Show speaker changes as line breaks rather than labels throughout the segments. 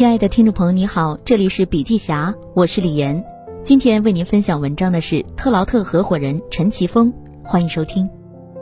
亲爱的听众朋友你好，这里是笔记侠，我是李岩。今天为您分享文章的是特劳特合伙人陈奇峰，欢迎收听。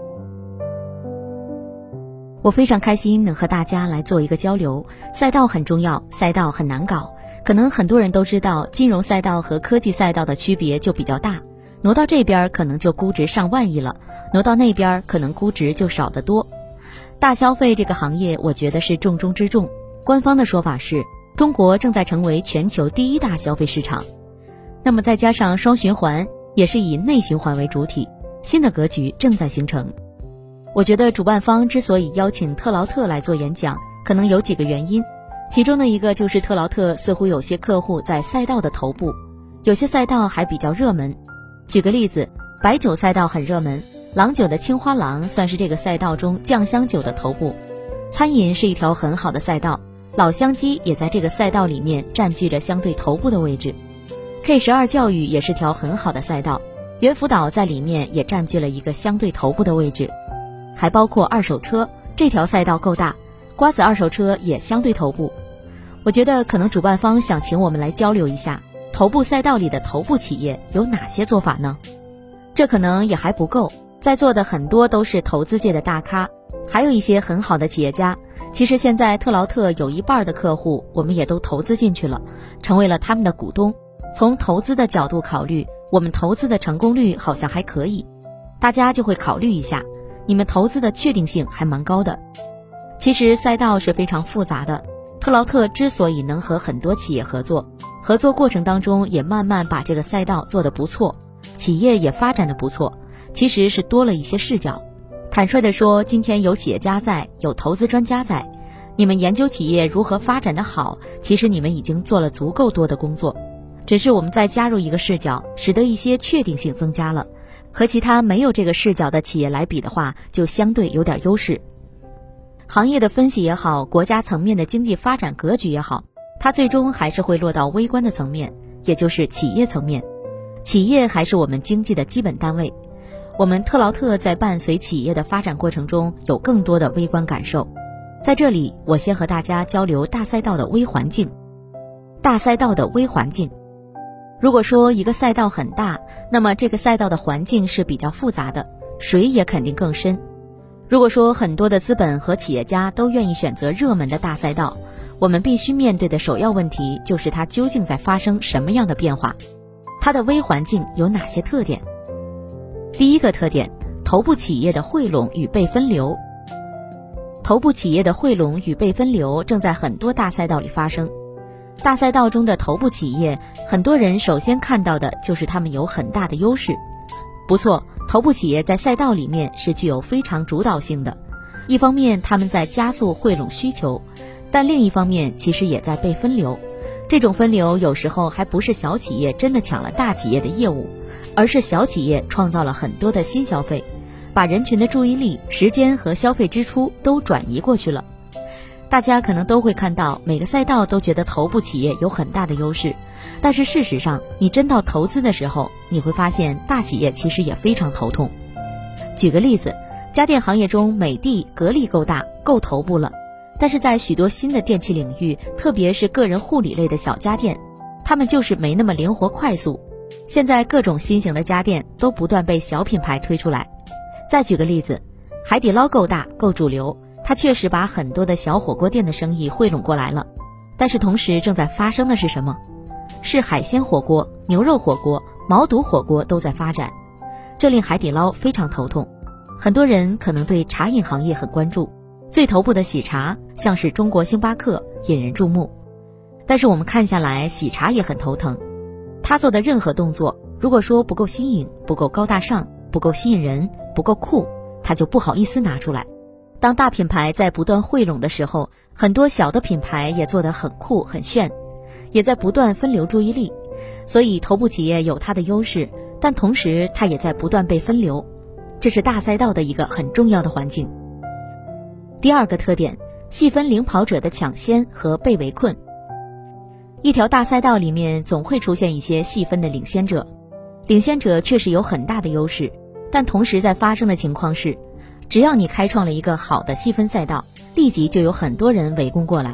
我非常开心能和大家来做一个交流。赛道很重要，赛道很难搞。可能很多人都知道，金融赛道和科技赛道的区别就比较大，挪到这边可能就估值上万亿了，挪到那边可能估值就少得多。大消费这个行业我觉得是重中之重，官方的说法是中国正在成为全球第一大消费市场。那么再加上双循环，也是以内循环为主体，新的格局正在形成。我觉得主办方之所以邀请特劳特来做演讲，可能有几个原因，其中的一个就是特劳特似乎有些客户在赛道的头部，有些赛道还比较热门。举个例子，白酒赛道很热门，郎酒的青花郎算是这个赛道中酱香酒的头部。餐饮是一条很好的赛道，老乡鸡也在这个赛道里面占据着相对头部的位置。K12 教育也是条很好的赛道，猿辅导在里面也占据了一个相对头部的位置。还包括二手车，这条赛道够大，瓜子二手车也相对头部。我觉得可能主办方想请我们来交流一下，头部赛道里的头部企业有哪些做法呢？这可能也还不够，在座的很多都是投资界的大咖，还有一些很好的企业家。其实现在特劳特有一半的客户我们也都投资进去了，成为了他们的股东。从投资的角度考虑，我们投资的成功率好像还可以，大家就会考虑一下，你们投资的确定性还蛮高的。其实赛道是非常复杂的，特劳特之所以能和很多企业合作，合作过程当中也慢慢把这个赛道做得不错，企业也发展得不错，其实是多了一些视角。坦率地说，今天有企业家在，有投资专家在，你们研究企业如何发展得好，其实你们已经做了足够多的工作，只是我们再加入一个视角，使得一些确定性增加了，和其他没有这个视角的企业来比的话，就相对有点优势。行业的分析也好，国家层面的经济发展格局也好，它最终还是会落到微观的层面，也就是企业层面。企业还是我们经济的基本单位。我们特劳特在伴随企业的发展过程中有更多的微观感受。在这里，我先和大家交流大赛道的微环境。大赛道的微环境，如果说一个赛道很大，那么这个赛道的环境是比较复杂的，水也肯定更深。如果说很多的资本和企业家都愿意选择热门的大赛道，我们必须面对的首要问题就是它究竟在发生什么样的变化，它的微环境有哪些特点。第一个特点，头部企业的汇拢与被分流。头部企业的汇拢与被分流正在很多大赛道里发生。大赛道中的头部企业，很多人首先看到的就是他们有很大的优势。不错，头部企业在赛道里面是具有非常主导性的。一方面他们在加速汇拢需求，但另一方面其实也在被分流。这种分流有时候还不是小企业真的抢了大企业的业务，而是小企业创造了很多的新消费，把人群的注意力、时间和消费支出都转移过去了。大家可能都会看到，每个赛道都觉得头部企业有很大的优势，但是事实上，你真到投资的时候，你会发现大企业其实也非常头痛。举个例子，家电行业中美的、格力够大，够头部了，但是在许多新的电器领域，特别是个人护理类的小家电，他们就是没那么灵活快速。现在各种新型的家电都不断被小品牌推出来。再举个例子，海底捞够大够主流，它确实把很多的小火锅店的生意汇拢过来了，但是同时正在发生的是什么？是海鲜火锅、牛肉火锅、毛肚火锅都在发展，这令海底捞非常头痛。很多人可能对茶饮行业很关注，最头部的喜茶像是中国星巴克，引人注目。但是我们看下来，喜茶也很头疼，他做的任何动作，如果说不够新颖、不够高大上、不够吸引人、不够酷，他就不好意思拿出来。当大品牌在不断汇拢的时候，很多小的品牌也做得很酷很炫，也在不断分流注意力。所以头部企业有它的优势，但同时它也在不断被分流，这是大赛道的一个很重要的环境。第二个特点，细分领跑者的抢先和被围困。一条大赛道里面总会出现一些细分的领先者，领先者确实有很大的优势，但同时在发生的情况是，只要你开创了一个好的细分赛道，立即就有很多人围攻过来。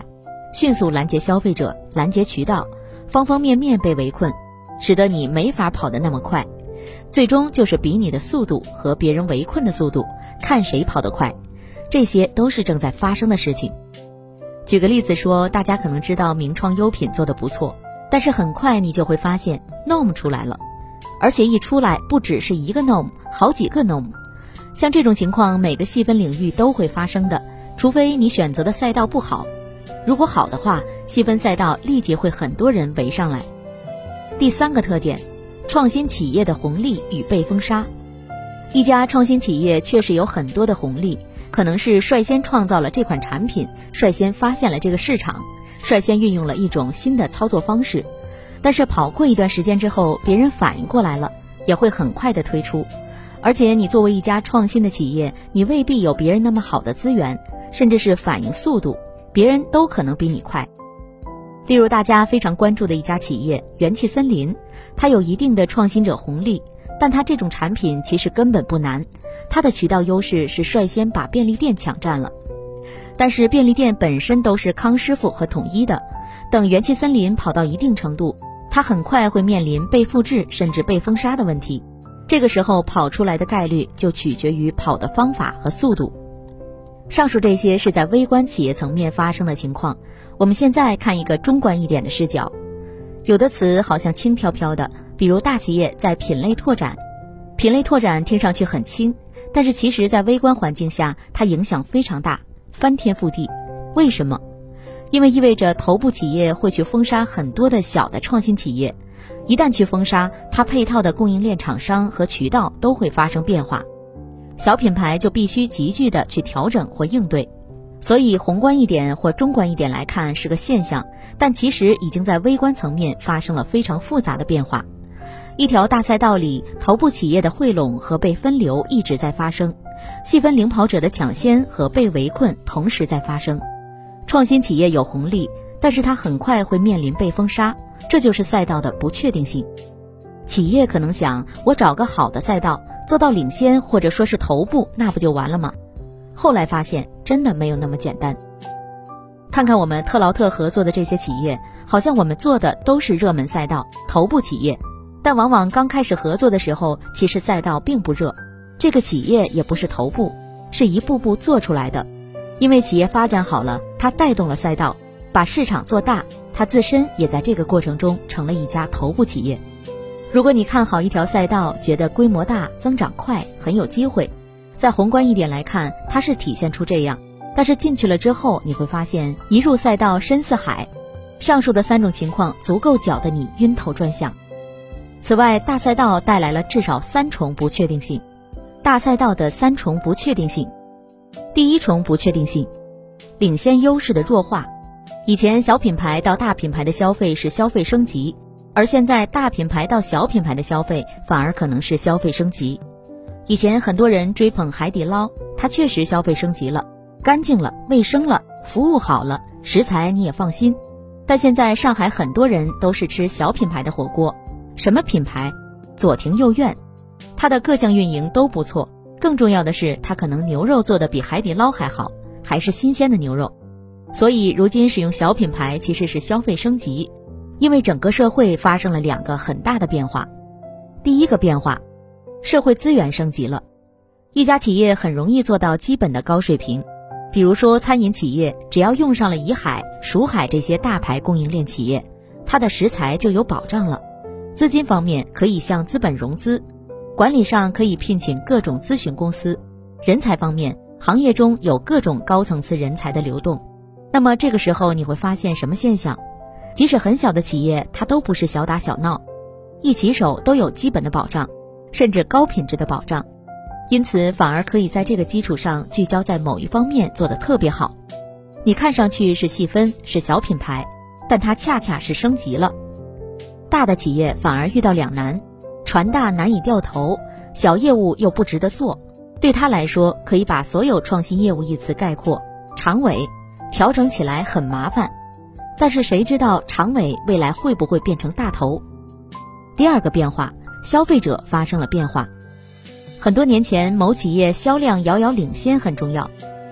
迅速拦截消费者，拦截渠道，方方面面被围困，使得你没法跑得那么快，最终就是比你的速度和别人围困的速度，看谁跑得快。这些都是正在发生的事情。举个例子说，大家可能知道名创优品做得不错，但是很快你就会发现 NOM 出来了，而且一出来不只是一个 NOM， 好几个 NOM。 像这种情况每个细分领域都会发生的，除非你选择的赛道不好，如果好的话，细分赛道立即会很多人围上来。第三个特点，创新企业的红利与被封杀。一家创新企业确实有很多的红利，可能是率先创造了这款产品，率先发现了这个市场，率先运用了一种新的操作方式，但是跑过一段时间之后，别人反应过来了，也会很快的推出。而且你作为一家创新的企业，你未必有别人那么好的资源，甚至是反应速度，别人都可能比你快。例如大家非常关注的一家企业元气森林，它有一定的创新者红利，但它这种产品其实根本不难，它的渠道优势是率先把便利店抢占了。但是便利店本身都是康师傅和统一的，等元气森林跑到一定程度，它很快会面临被复制甚至被封杀的问题，这个时候跑出来的概率就取决于跑的方法和速度。上述这些是在微观企业层面发生的情况，我们现在看一个中观一点的视角。有的词好像轻飘飘的，比如大企业在品类拓展，品类拓展听上去很轻，但是其实在微观环境下它影响非常大，翻天覆地。为什么？因为意味着头部企业会去封杀很多的小的创新企业，一旦去封杀，它配套的供应链厂商和渠道都会发生变化，小品牌就必须急剧的去调整或应对。所以宏观一点或中观一点来看是个现象，但其实已经在微观层面发生了非常复杂的变化。一条大赛道里，头部企业的汇拢和被分流一直在发生，细分领跑者的抢先和被围困同时在发生。创新企业有红利，但是它很快会面临被封杀，这就是赛道的不确定性。企业可能想，我找个好的赛道，做到领先或者说是头部，那不就完了吗？后来发现真的没有那么简单。看看我们特劳特合作的这些企业，好像我们做的都是热门赛道，头部企业，但往往刚开始合作的时候，其实赛道并不热，这个企业也不是头部，是一步步做出来的。因为企业发展好了，它带动了赛道，把市场做大，它自身也在这个过程中成了一家头部企业。如果你看好一条赛道，觉得规模大、增长快，很有机会，在宏观一点来看，它是体现出这样，但是进去了之后，你会发现一入赛道深似海。上述的三种情况足够搅得你晕头转向。此外，大赛道带来了至少3重不确定性。大赛道的3重不确定性。第一重不确定性，领先优势的弱化。以前小品牌到大品牌的消费是消费升级，而现在大品牌到小品牌的消费反而可能是消费升级。以前很多人追捧海底捞，它确实消费升级了，干净了，卫生了，服务好了，食材你也放心。但现在上海很多人都是吃小品牌的火锅，什么品牌？左庭右院，它的各项运营都不错，更重要的是它可能牛肉做的比海底捞还好，还是新鲜的牛肉。所以如今使用小品牌其实是消费升级，因为整个社会发生了2个很大的变化。第一个变化，社会资源升级了，一家企业很容易做到基本的高水平。比如说餐饮企业，只要用上了怡海、蜀海这些大牌供应链企业，它的食材就有保障了。资金方面可以向资本融资，管理上可以聘请各种咨询公司，人才方面，行业中有各种高层次人才的流动。那么这个时候你会发现什么现象？即使很小的企业，它都不是小打小闹，一起手都有基本的保障，甚至高品质的保障，因此反而可以在这个基础上聚焦在某一方面做得特别好。你看上去是细分，是小品牌，但它恰恰是升级了。大的企业反而遇到2难，船大难以掉头，小业务又不值得做。对他来说，可以把所有创新业务一词概括，长尾，调整起来很麻烦。但是谁知道长尾未来会不会变成大头？第二个变化，消费者发生了变化。很多年前，某企业销量遥遥领先很重要，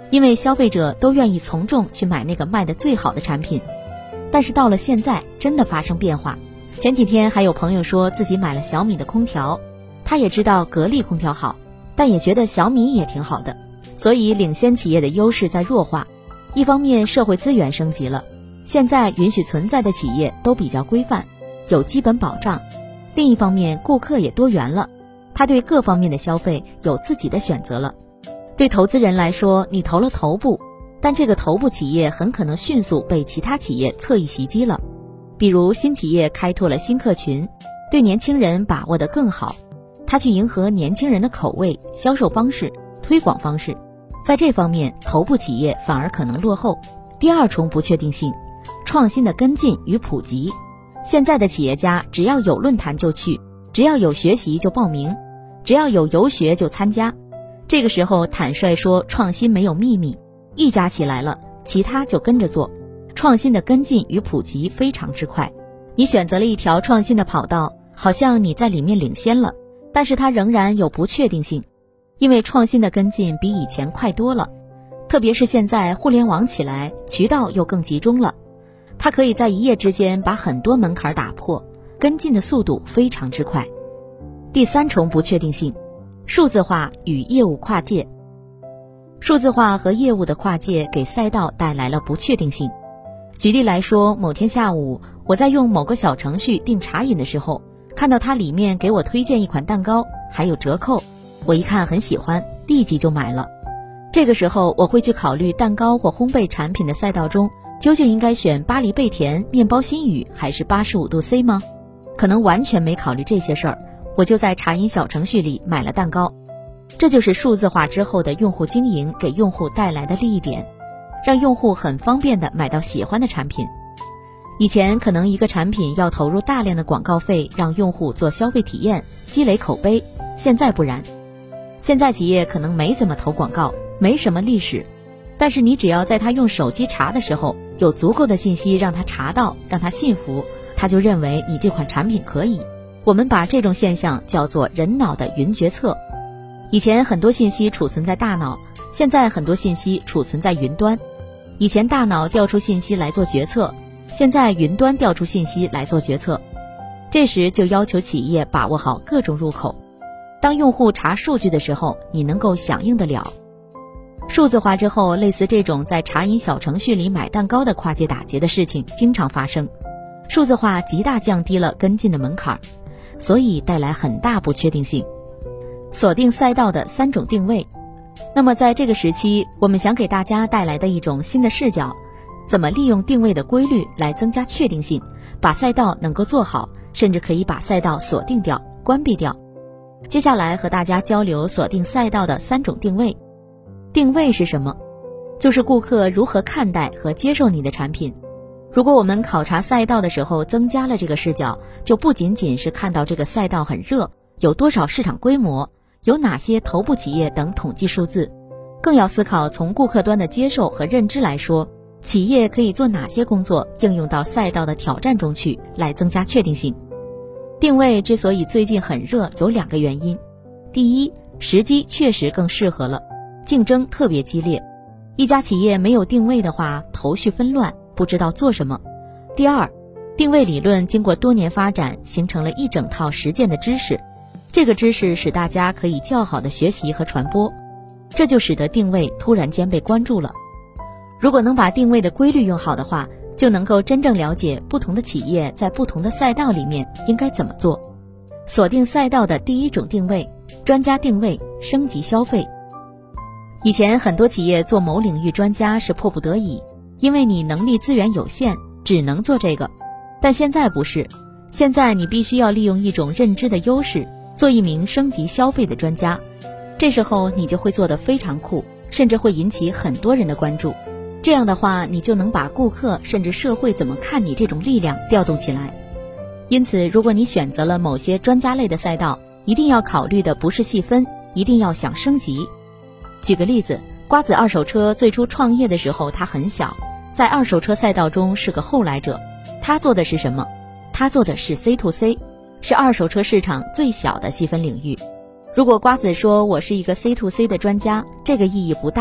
因为消费者都愿意从众去买那个卖得最好的产品。但是到了现在，真的发生变化。前几天还有朋友说自己买了小米的空调，他也知道格力空调好，但也觉得小米也挺好的。所以领先企业的优势在弱化。一方面社会资源升级了，现在允许存在的企业都比较规范，有基本保障。另一方面顾客也多元了，他对各方面的消费有自己的选择了。对投资人来说，你投了头部，但这个头部企业很可能迅速被其他企业侧翼袭击了。比如新企业开拓了新客群，对年轻人把握得更好，他去迎合年轻人的口味、销售方式、推广方式，在这方面头部企业反而可能落后。第二重不确定性，创新的跟进与普及。现在的企业家只要有论坛就去，只要有学习就报名，只要有游学就参加。这个时候坦率说创新没有秘密，一家起来了，其他就跟着做。创新的跟进与普及非常之快，你选择了一条创新的跑道，好像你在里面领先了，但是它仍然有不确定性，因为创新的跟进比以前快多了。特别是现在互联网起来，渠道又更集中了，它可以在一夜之间把很多门槛打破，跟进的速度非常之快。第三重不确定性，数字化与业务跨界。数字化和业务的跨界给赛道带来了不确定性。举例来说，某天下午我在用某个小程序订茶饮的时候，看到它里面给我推荐一款蛋糕，还有折扣，我一看很喜欢，立即就买了。这个时候我会去考虑蛋糕或烘焙产品的赛道中，究竟应该选巴黎贝甜、面包新语还是85度 C 吗？可能完全没考虑这些事儿，我就在茶饮小程序里买了蛋糕。这就是数字化之后的用户经营给用户带来的利益点，让用户很方便地买到喜欢的产品。以前可能一个产品要投入大量的广告费，让用户做消费体验，积累口碑，现在不然。现在企业可能没怎么投广告，没什么历史，但是你只要在他用手机查的时候，有足够的信息让他查到，让他信服，他就认为你这款产品可以。我们把这种现象叫做人脑的云决策。以前很多信息储存在大脑，现在很多信息储存在云端。以前大脑调出信息来做决策，现在云端调出信息来做决策。这时就要求企业把握好各种入口，当用户查数据的时候，你能够响应得了。数字化之后，类似这种在茶饮小程序里买蛋糕的跨界打劫的事情经常发生。数字化极大降低了跟进的门槛，所以带来很大不确定性。锁定赛道的3种定位。那么在这个时期，我们想给大家带来的一种新的视角，怎么利用定位的规律来增加确定性，把赛道能够做好，甚至可以把赛道锁定掉、关闭掉。接下来和大家交流锁定赛道的3种定位。定位是什么？就是顾客如何看待和接受你的产品。如果我们考察赛道的时候增加了这个视角，就不仅仅是看到这个赛道很热，有多少市场规模，有哪些头部企业等统计数字，更要思考从顾客端的接受和认知来说，企业可以做哪些工作应用到赛道的挑战中去，来增加确定性。定位之所以最近很热，有2个原因。第一，时机确实更适合了，竞争特别激烈，一家企业没有定位的话，头绪纷乱，不知道做什么。第二，定位理论经过多年发展，形成了一整套实践的知识，这个知识使大家可以较好的学习和传播，这就使得定位突然间被关注了。如果能把定位的规律用好的话，就能够真正了解不同的企业在不同的赛道里面应该怎么做。锁定赛道的第1种定位，专家定位，升级消费。以前很多企业做某领域专家是迫不得已，因为你能力资源有限，只能做这个。但现在不是，现在你必须要利用一种认知的优势，做一名升级消费的专家。这时候你就会做得非常酷，甚至会引起很多人的关注。这样的话，你就能把顾客甚至社会怎么看你这种力量调动起来。因此，如果你选择了某些专家类的赛道，一定要考虑的不是细分，一定要想升级。举个例子，瓜子二手车最初创业的时候，他很小，在二手车赛道中是个后来者。他做的是什么？他做的是 C to C， 是二手车市场最小的细分领域。如果瓜子说我是一个 C to C 的专家，这个意义不大，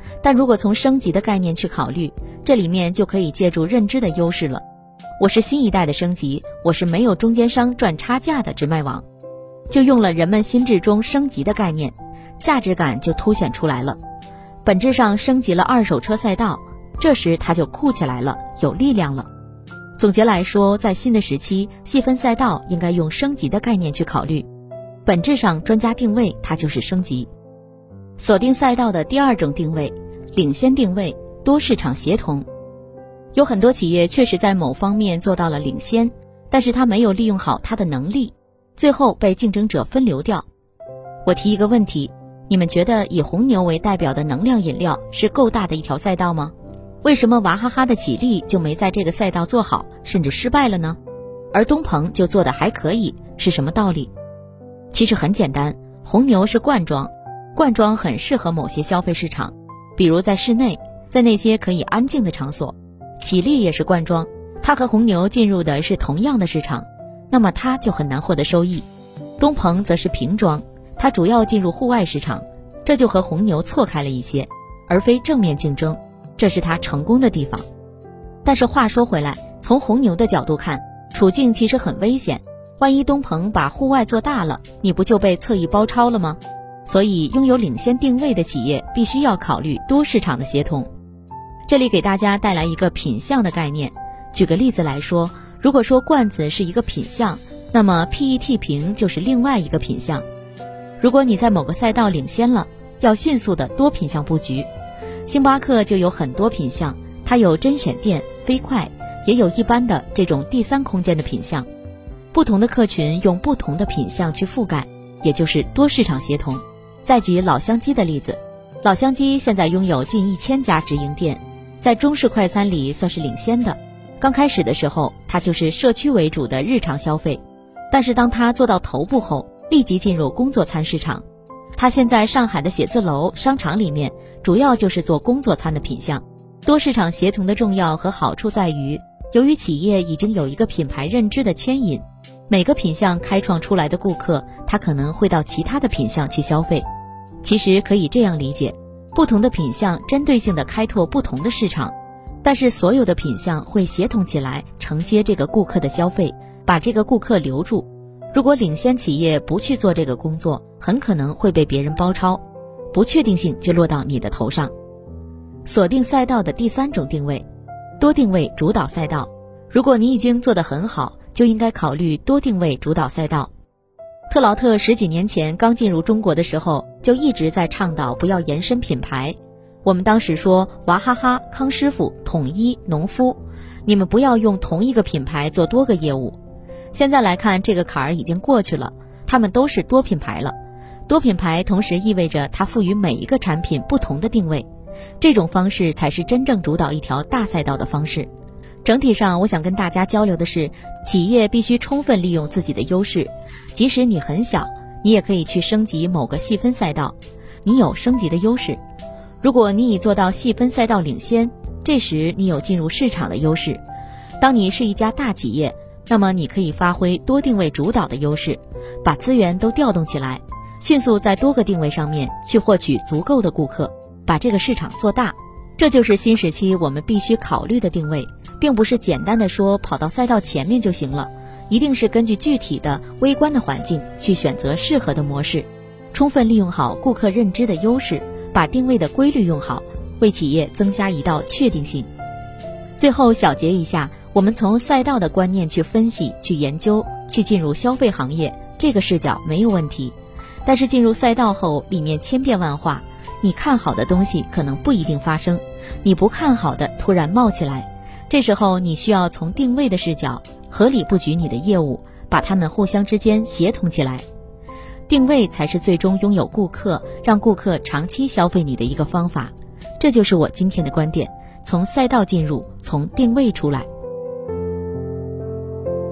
但如果从升级的概念去考虑，这里面就可以借助认知的优势了。我是新一代的升级，我是没有中间商赚差价的直卖网，就用了人们心智中升级的概念，价值感就凸显出来了。本质上升级了二手车赛道，这时它就酷起来了，有力量了。总结来说，在新的时期，细分赛道应该用升级的概念去考虑。本质上专家定位它就是升级。锁定赛道的第二种定位，领先定位，多市场协同。有很多企业确实在某方面做到了领先，但是它没有利用好它的能力，最后被竞争者分流掉。我提一个问题，你们觉得以红牛为代表的能量饮料是够大的一条赛道吗？为什么娃哈哈的吉利就没在这个赛道做好，甚至失败了呢？而东鹏就做得还可以，是什么道理？其实很简单，红牛是罐装，罐装很适合某些消费市场，比如在室内，在那些可以安静的场所。吉利也是罐装，它和红牛进入的是同样的市场，那么它就很难获得收益。东鹏则是瓶装，它主要进入户外市场，这就和红牛错开了一些，而非正面竞争，这是它成功的地方。但是话说回来，从红牛的角度看，处境其实很危险，万一东鹏把户外做大了，你不就被侧翼包抄了吗？所以拥有领先定位的企业必须要考虑多市场的协同。这里给大家带来一个品项的概念，举个例子来说，如果说罐子是一个品项，那么 PET 瓶就是另外一个品项。如果你在某个赛道领先了，要迅速的多品项布局。星巴克就有很多品项，它有甄选店、飞快，也有一般的这种第三空间的品项。不同的客群用不同的品项去覆盖，也就是多市场协同。再举老乡鸡的例子，老乡鸡现在拥有近1000家直营店，在中式快餐里算是领先的。刚开始的时候，它就是社区为主的日常消费，但是当它做到头部后，立即进入工作餐市场。它现在上海的写字楼、商场里面，主要就是做工作餐的品项。多市场协同的重要和好处在于，由于企业已经有一个品牌认知的牵引，每个品项开创出来的顾客，他可能会到其他的品项去消费。其实可以这样理解，不同的品项针对性的开拓不同的市场，但是所有的品项会协同起来承接这个顾客的消费，把这个顾客留住。如果领先企业不去做这个工作，很可能会被别人包抄，不确定性就落到你的头上。锁定赛道的第三种定位，多定位主导赛道。如果你已经做得很好，就应该考虑多定位主导赛道。特劳特10几年前刚进入中国的时候，就一直在倡导不要延伸品牌。我们当时说娃哈哈、康师傅、统一、农夫，你们不要用同一个品牌做多个业务。现在来看，这个坎儿已经过去了，他们都是多品牌了。多品牌同时意味着它赋予每一个产品不同的定位，这种方式才是真正主导一条大赛道的方式。整体上，我想跟大家交流的是，企业必须充分利用自己的优势，即使你很小，你也可以去升级某个细分赛道，你有升级的优势。如果你已做到细分赛道领先，这时你有进入市场的优势。当你是一家大企业，那么你可以发挥多定位主导的优势，把资源都调动起来，迅速在多个定位上面去获取足够的顾客，把这个市场做大。这就是新时期我们必须考虑的定位，并不是简单的说跑到赛道前面就行了，一定是根据具体的微观的环境去选择适合的模式，充分利用好顾客认知的优势，把定位的规律用好，为企业增加一道确定性。最后小结一下，我们从赛道的观念去分析、去研究、去进入消费行业，这个视角没有问题。但是进入赛道后，里面千变万化，你看好的东西可能不一定发生，你不看好的突然冒起来，这时候你需要从定位的视角合理布局你的业务，把它们互相之间协同起来。定位才是最终拥有顾客，让顾客长期消费你的一个方法。这就是我今天的观点，从赛道进入，从定位出来。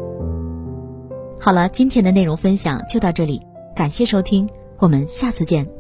好了，今天的内容分享就到这里，感谢收听，我们下次见。